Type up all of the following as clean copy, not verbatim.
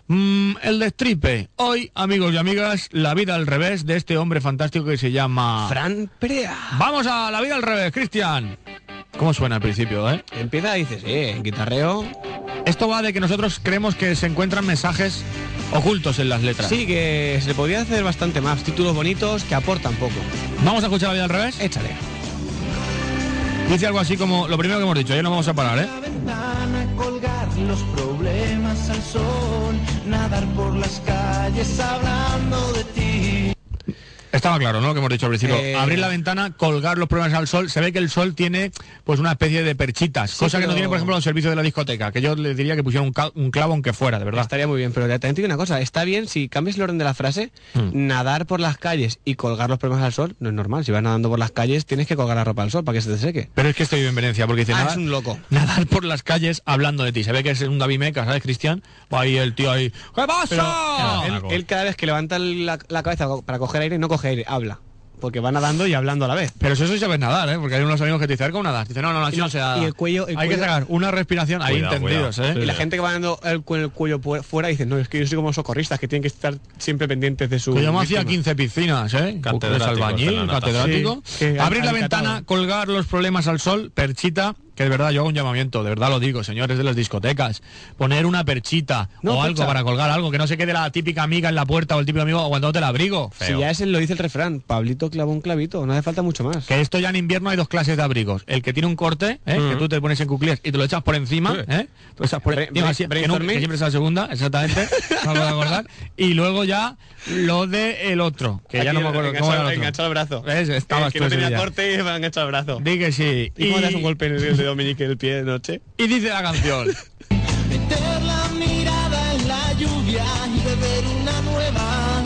El destripe. Hoy, amigos y amigas, la vida al revés de este hombre fantástico que se llama... Fran Perea. Vamos a la vida al revés, Cristian. ¿Cómo suena al principio, Empieza y dices, en guitarreo. Esto va de que nosotros creemos que se encuentran mensajes ocultos en las letras. Sí, que se le podría hacer bastante más. Títulos bonitos que aportan poco. ¿Vamos a escuchar la vida al revés? Échale. Dice algo así como lo primero que hemos dicho, ya no vamos a parar, La ventana, colgar los problemas al sol, nadar por las calles hablando de ti. Estaba claro, ¿no? Lo que hemos dicho al principio. Abrir la ventana, colgar los problemas al sol. Se ve que el sol tiene pues una especie de perchitas, sí, cosa pero... que no tiene, por ejemplo, los servicios de la discoteca, que yo le diría que pusieran un clavo aunque fuera, de verdad. Estaría muy bien, pero también te digo una cosa, está bien si cambias el orden de la frase, nadar por las calles y colgar los problemas al sol, no es normal. Si vas nadando por las calles tienes que colgar la ropa al sol para que se te seque. Pero es que estoy en Venecia, porque dice es un loco. Nadar por las calles hablando de ti. Se ve que es un David Meca, ¿sabes, Cristian? Va ahí el tío ahí, ¿qué pasa? Pero él cada vez que levanta la cabeza para coger aire, no coge aire, habla. Porque va nadando y hablendo a la vez. Pero eso sí sabes nadar, porque hay unos amigos que te dicen, a ver cómo nadas. Dicen, no, así no se da. Y el cuello... Hay que sacar una respiración ahí entendidos, Sí, y la gente que va nadando con el cuello fuera dice, no, es que yo soy como socorristas, que tienen que estar siempre pendientes de su... Que yo me hacía 15 piscinas, albañil, catedrático. Sí, abrir la ventana, colgar los problemas al sol, perchita... Que de verdad yo hago un llamamiento, de verdad lo digo, señores de las discotecas, poner una perchita o algo para colgar algo, que no se quede la típica amiga en la puerta o el típico amigo aguantándote el abrigo. Feo. Si ya ese lo dice el refrán, Pablito clavó un clavito, no hace falta mucho más. Que esto ya en invierno hay dos clases de abrigos, el que tiene un corte, que tú te pones en cuclés y te lo echas por encima, que siempre es la segunda, exactamente, no me voy a acordar, y luego ya lo de el otro, que aquí ya no me acuerdo cómo era el otro. Enganchado el brazo. Que no tenía corte y me ha enganchado el brazo. Di que sí. ¿Y cómo das un golpe en el Dominique el pie de noche? Y dice la canción. Meter la mirada en la lluvia y beber una nueva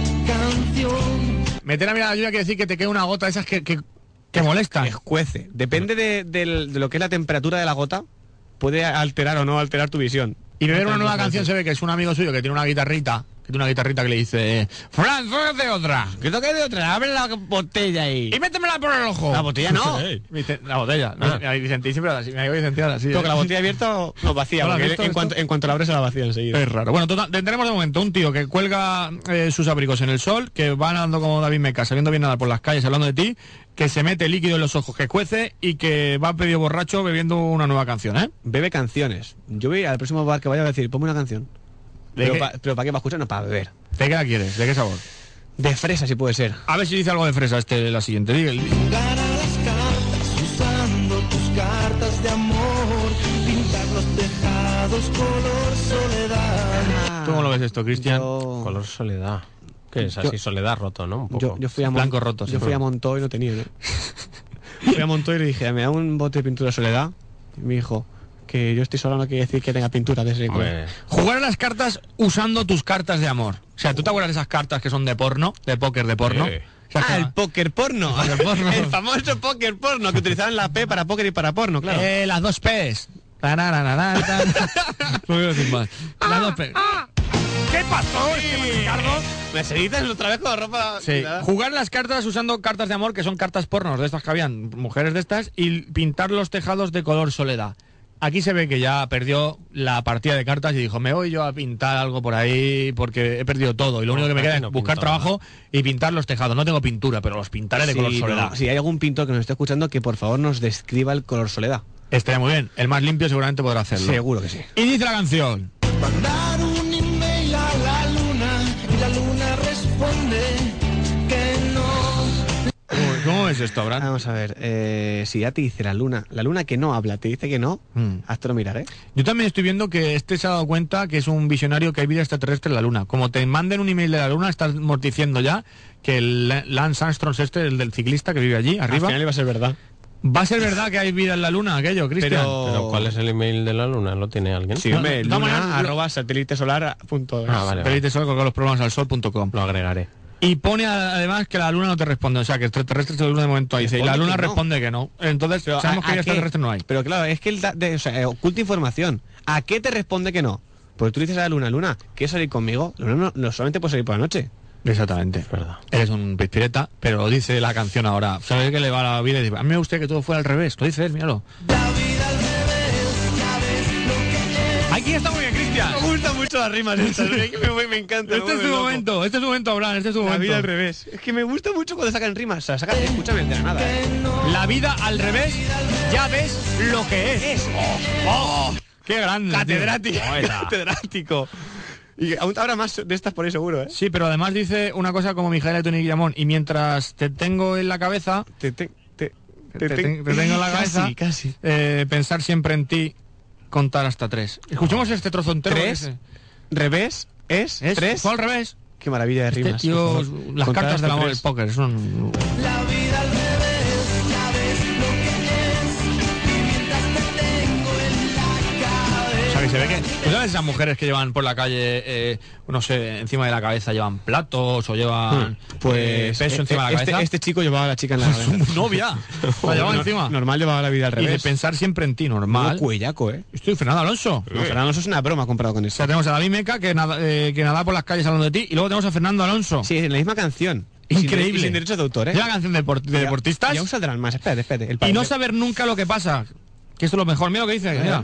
canción. Meter la mirada en la lluvia quiere decir que te queda una gota de esas que molestan. Que escuece. Depende de lo que es la temperatura de la gota, puede alterar o no alterar tu visión. Y beber una nueva canción se ve que es un amigo suyo que tiene una guitarrita. Que le dice, Fran, de otra. ¿Qué toque de otra? Abre la botella ahí. Y métemela por el ojo. La botella no. La botella. Vicentí siempre así. Me digo Vicentí así. Porque la botella abierta no vacía. ¿No en cuanto la abres se la vacía enseguida. Es raro. Bueno, tendremos de momento un tío que cuelga sus abrigos en el sol, que va nadando como David Meca, sabiendo bien nadar por las calles, hablando de ti, que se mete líquido en los ojos, que cuece y que va medio borracho bebiendo una nueva canción, Bebe canciones. Yo voy al próximo bar que vaya a decir, ponme una canción. Pero ¿para qué va a escuchar? No, para beber. ¿De qué la quieres? ¿De qué sabor? De fresa, si puede ser. A ver si dice algo de fresa la siguiente. Jugar a las cartas usando tus cartas de amor, pintar los tejados color soledad. ¿Cómo lo ves esto, Cristian? Color soledad. ¿Qué es así? Soledad roto, ¿no? Un poco. Yo fui a Blanco roto. Yo fui a Montó y no tenía, Fui a Montó y le dije, me da un bote de pintura soledad. Y me dijo... que yo estoy solo no quiere decir que tenga pintura de ese color. Jugar a las cartas usando tus cartas de amor. O sea, ¿tú te acuerdas de esas cartas que son de porno? De póker de porno. O sea, el póker porno. El famoso póker porno que utilizaban la P para póker y para porno, claro. Las dos P's. No voy a decir más. Las dos P's. ¿Qué pasó, Ricardo? ¿Me seguitas otra vez con la ropa? Sí. Jugar las cartas usando cartas de amor, que son cartas pornos de estas que habían, mujeres de estas, y pintar los tejados de color soledad. Aquí se ve que ya perdió la partida de cartas y dijo, me voy yo a pintar algo por ahí porque he perdido todo y lo único que me queda es buscar trabajo y pintar los tejados. No tengo pintura, pero los pintaré de color soledad. Si hay algún pintor que nos esté escuchando, que por favor nos describa el color soledad. Estaría muy bien. El más limpio seguramente podrá hacerlo. Seguro que sí. Y dice la canción. Mandar un email a la luna y la luna responde que no. ¿Cómo es esto, Abraham? Vamos a ver, si ya te dice la luna que no habla, te dice que no, hazte lo mirar, Yo también estoy viendo que se ha dado cuenta que es un visionario que hay vida extraterrestre en la luna. Como te manden un email de la luna, estás morticiendo ya que el Lance Armstrong el del ciclista que vive allí, arriba... Al final iba a ser verdad. ¿Va a ser verdad que hay vida en la luna, aquello, Cristian? Pero ¿cuál es el email de la luna? ¿Lo tiene alguien? Sí, hombre, luna@satelitesolar.com. Vale. Satélitesol con los problemas al sol.com. Lo agregaré. Y pone además que la luna no te responde, o sea, que extraterrestres de la luna de momento hay. Y la luna responde que no. Entonces, pero sabemos que extraterrestres no hay. Pero claro, es que oculta información. ¿A qué te responde que no? Porque tú dices a la luna, ¿quieres salir conmigo? La luna no solamente puede salir por la noche. Exactamente, es verdad. Eres un pispireta, pero dice la canción ahora. ¿Sabes que le va la vida? Y dice, a mí me gustaría que todo fuera al revés. Lo dice él, míralo. La vida al revés, ya ves lo que es. Aquí está muy bien, Cristian. Cristian. Me gustan mucho las rimas estas, es que me encanta. Este es tu momento, Abraham, este es tu La momento. vida al revés. Es que me gusta mucho cuando sacan rimas. O sea, sacan, escúchame, de la nada. La vida al revés, ya ves lo que es. ¡Oh! ¡Qué grande! Catedrático. Poeta. Catedrático. Y aún habrá más de estas por ahí seguro, ¿eh? Sí, pero además dice una cosa como Mijaela Tony Guillamón. Y mientras te tengo en la cabeza, Te tengo en la cabeza, Casi. pensar siempre en ti, contar hasta 3. Escuchemos este trozo entero. 3, revés, es 3. Fue al revés. Qué maravilla de Este rimas. tío, por favor. las Contar cartas hasta del amor 3. del póker son... La vida al revés, ya ves lo que es. Y mientras te tengo en la cabeza. O sea, que se ve que... ¿Tú sabes esas mujeres que llevan por la calle, no sé, encima de la cabeza llevan platos o llevan peso encima de la cabeza? Este chico llevaba a la chica en la cabeza. Su novia. La llevaba encima. Normal llevaba la vida al Y de revés. pensar siempre en ti, normal. Menudo cuellaco, ¿eh? Estoy Fernando Alonso. No, Fernando, eso es una broma comparado con O eso. sea, tenemos a David Meca, que nada por las calles hablando de ti, y luego tenemos a Fernando Alonso. Sí, en la misma canción. Increíble. Y sin derechos de autor, ¿eh? Es la canción de deportistas. Y aún saldrán más. Espérate. El Y padre. no saber nunca lo que pasa. Que esto es lo mejor. Mira lo que dice. Mira.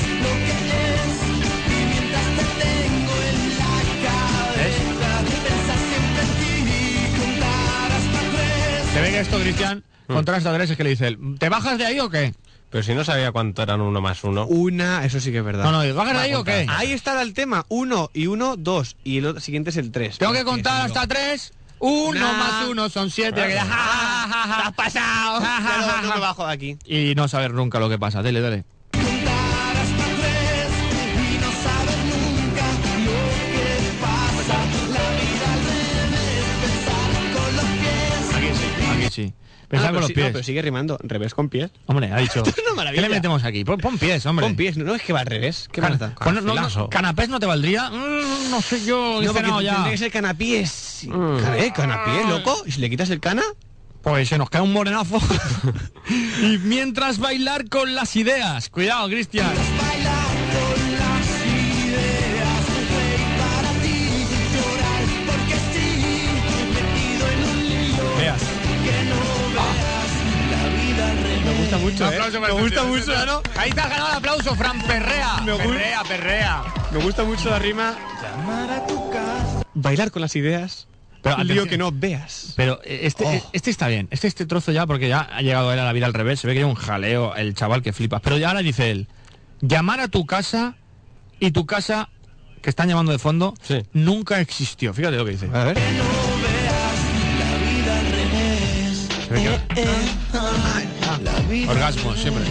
Se ve que esto, Cristian, contar hasta 3 es que le dice él, ¿te bajas de ahí o qué? Pero si no sabía cuánto eran 1 más 1. Eso sí que es verdad. No, ¿bajas de ahí o qué? Ahí está el tema. 1 y 1, 2. Y el siguiente es el 3. Tengo que contar hasta 3. 1 Nah. más 1 son 7. ¡Te has pasado! No me bajo de aquí. Y no saber nunca lo que pasa. Dale. Aquí sí. Pensar con los pies. No, pero sigue rimando. Revés con pies. Hombre, ha dicho. Esto es una maravilla. ¿Qué le metemos aquí? Pon pies, hombre. Con pies. No es que va al revés. ¿Qué más da? ¿Canapés no te valdría? No sé yo. No, he cenado porque ya. tendría que ser canapiés. ¿Canapiés, loco? ¿Y si le quitas el cana? Pues se nos cae un morenazo. Y mientras bailar con las ideas. Cuidado, Cristian. Veas. Me gusta mucho, Un aplauso para Me gusta este tío, mucho, ¿no? Ahí te has ganado el aplauso, Fran Perrea. Perrea. Me gusta mucho la rima. Bailar con las ideas. Pero Un lío atención. que no veas. Pero este está bien, este trozo ya, porque ya ha llegado él a la vida al revés, se ve que hay un jaleo, el chaval que flipas. Pero ya ahora dice él, llamar a tu casa y tu casa, que están llamando de fondo, Sí. nunca existió. Fíjate lo que dice. A ver. Se ve que... Orgasmos, siempre.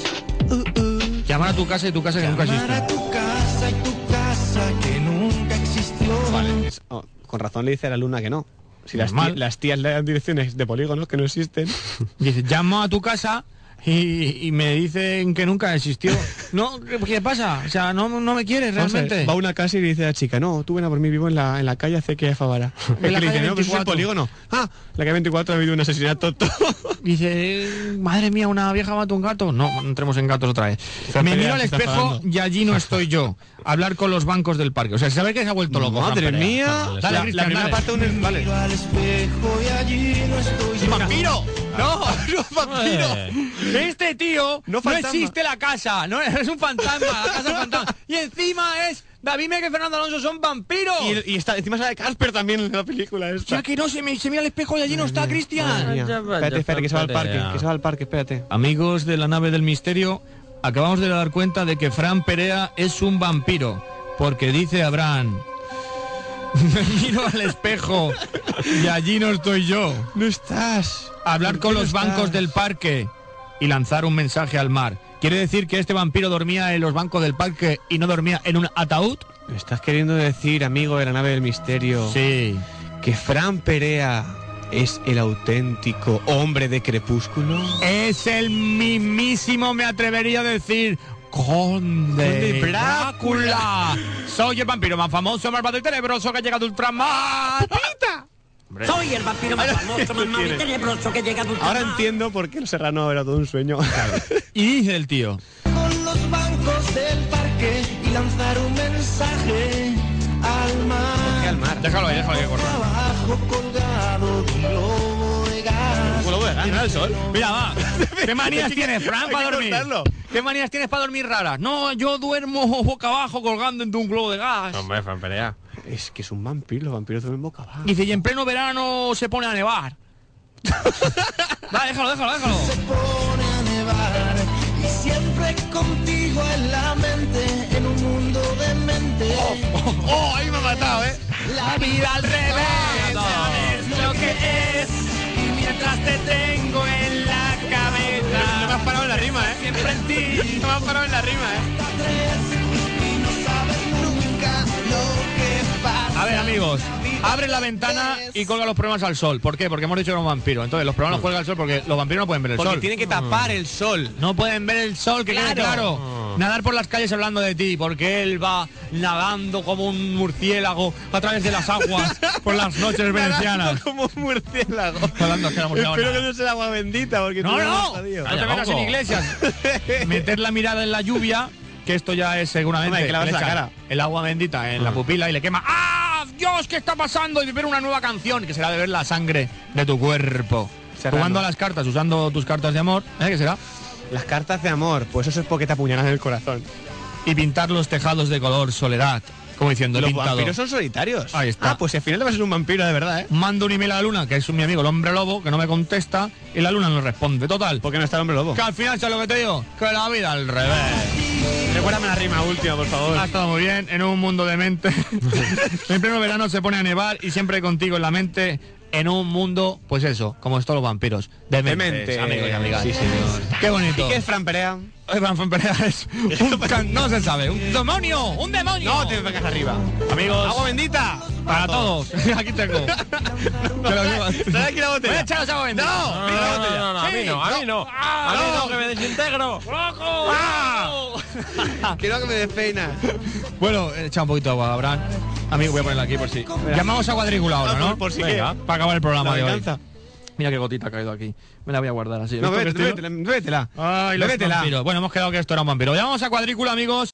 Llamar a tu casa y tu casa que nunca Llamar a existió. tu casa y tu casa que nunca existió. Vale. Con razón le dice a la luna que no. Si Normal. las tías le dan direcciones de polígonos que no existen. Dice, llamo a tu casa y me dicen que nunca existió. No, ¿qué pasa? O sea, no me quieres Vamos a ver, realmente. va a una casa y le dice a la chica, no, tú ven a por mí, vivo en la calle Acequia Favara. En la le dice, calle no, pues es el 24. polígono. Ah, la calle 24 ha habido un asesinato. Dice, madre mía, una vieja mató un gato. No entremos en gatos otra vez. Fran Me Perea miro al se está espejo enfadando. y allí no estoy yo. Hablar con los bancos del parque. O sea, se sabe que se ha vuelto loco. Madre Fran Perea. mía. Dale, La Cristian, primera dale. parte vale. Miro al espejo y allí no estoy yo. ¡Vampiro! ¡No! ¡No, vampiro! Este tío No no fantasma. existe la casa. No es un fantasma. La casa es fantasma. Y encima es David Meca y Fernando Alonso son vampiros. Y está, encima sale Casper también en la película O esta. sea que no, se mira al espejo y allí no está Madre Cristian. mía. Espérate, que se va al parque. Que se va al parque, espérate. Amigos de la nave del misterio, acabamos de dar cuenta de que Fran Perea es un vampiro, porque dice Abraham, me miro al espejo y allí no estoy yo. No estás. Hablar ¿Por con qué no los bancos estás? del parque y lanzar un mensaje al mar. ¿Quiere decir que este vampiro dormía en los bancos del parque y no dormía en un ataúd? ¿Me estás queriendo decir, amigo de la nave del misterio, Sí. que Fran Perea es el auténtico hombre de Crepúsculo? Es el mismísimo, me atrevería a decir, Conde Drácula. Soy el vampiro más famoso, malvado y tenebroso que ha llegado a ultramar. ¡Pita! Hombre. Soy el vampiro más famoso, más malo y tenebroso que llega a tu Ahora entiendo por qué el Serrano era todo un sueño. Y dice el tío, Con los bancos del parque y lanzar un mensaje al mar. al mar. déjalo ahí que corra. Abajo colgado de un globo de gas. Globo de gas. ¿no? El sol. Mira, va. ¿Qué manías tienes, Fran, para dormir? cortarlo. ¿Qué manías tienes para dormir raras? No, yo duermo boca abajo colgando entre un globo de gas. Hombre, Fran Perea. Es que es un vampiro, los vampiros duermen boca abajo. Dice, y en pleno verano se pone a nevar. Va, déjalo. Se pone a nevar y siempre contigo en la mente, en un mundo de mente. ¡Oh, ahí me ha matado, La vida al revés, sabes lo que es. Y mientras te tengo en la cabeza. No me has parado en la rima, Siempre en ti. No me has parado en la rima, Y no sabes nunca lo que pasa. A ver, amigos, abre la ventana y colga los problemas al sol. ¿Por qué? Porque hemos dicho que era un vampiro. Entonces, los problemas los cuelga al sol porque los vampiros no pueden ver el Porque sol. tiene que tapar el sol. No pueden ver el sol, que quede claro. Nadar por las calles hablando de ti, porque él va nadando como un murciélago a través de las aguas por las noches venecianas. Como un murciélago. Hablando que era murciélago, Espero nada. que no sea agua bendita, porque No, tú no, jodido. no te metas en iglesias. Meter la mirada en la lluvia, que esto ya es seguramente Hombre, que lavas le la echan cara. el agua bendita en la pupila y le quema. ¡Ah, Dios, qué está pasando! Y ver una nueva canción, que será de ver la sangre de tu cuerpo. Serrano. Jugando a las cartas, usando tus cartas de amor, ¿qué será? Las cartas de amor, pues eso es porque te apuñalan en el corazón. Y pintar los tejados de color soledad. Como diciendo, he Los pintado. vampiros son solitarios. Ahí está. Ah, pues si al final te vas a ser un vampiro de verdad, Mando un email a la luna, que es mi amigo el hombre lobo, que no me contesta, y la luna no responde. Total. ¿Por qué no está el hombre lobo? Que al final, ¿sabes lo que te digo? Que la vida al revés. Recuérdame la rima última, por favor. Ha estado muy bien, en un mundo de mente. En pleno verano se pone a nevar y siempre contigo en la mente, en un mundo, pues eso, como es todos los vampiros. De mente, amigos y amigas. Sí, señor. Qué bonito. ¿Y qué es Fran Perea? Fran Perea es no se sabe, un demonio, un demonio. No te vengas arriba. Amigos, ¡Agua bendita! para todos. Aquí tengo. Trae aquí la Voy a botella. echaros agua bendita. No, mira la botella. No, a mí no, a mí no. A mí no, que me desintegro. Quiero que me despeina. Bueno, echa un poquito de agua, Abraham. Amigo, voy a ponerla aquí por si. Llamamos a cuadrícula ahora, ¿no? Por si Venga, qué. para acabar el programa La de hoy. venganza. Mira qué gotita ha caído aquí. Me la voy a guardar así. No, ¿Visto qué estilo? bébetela. Ay, los Bébetela. vampiros. Bueno, hemos quedado que esto era un vampiro. Llamamos a cuadrícula, amigos.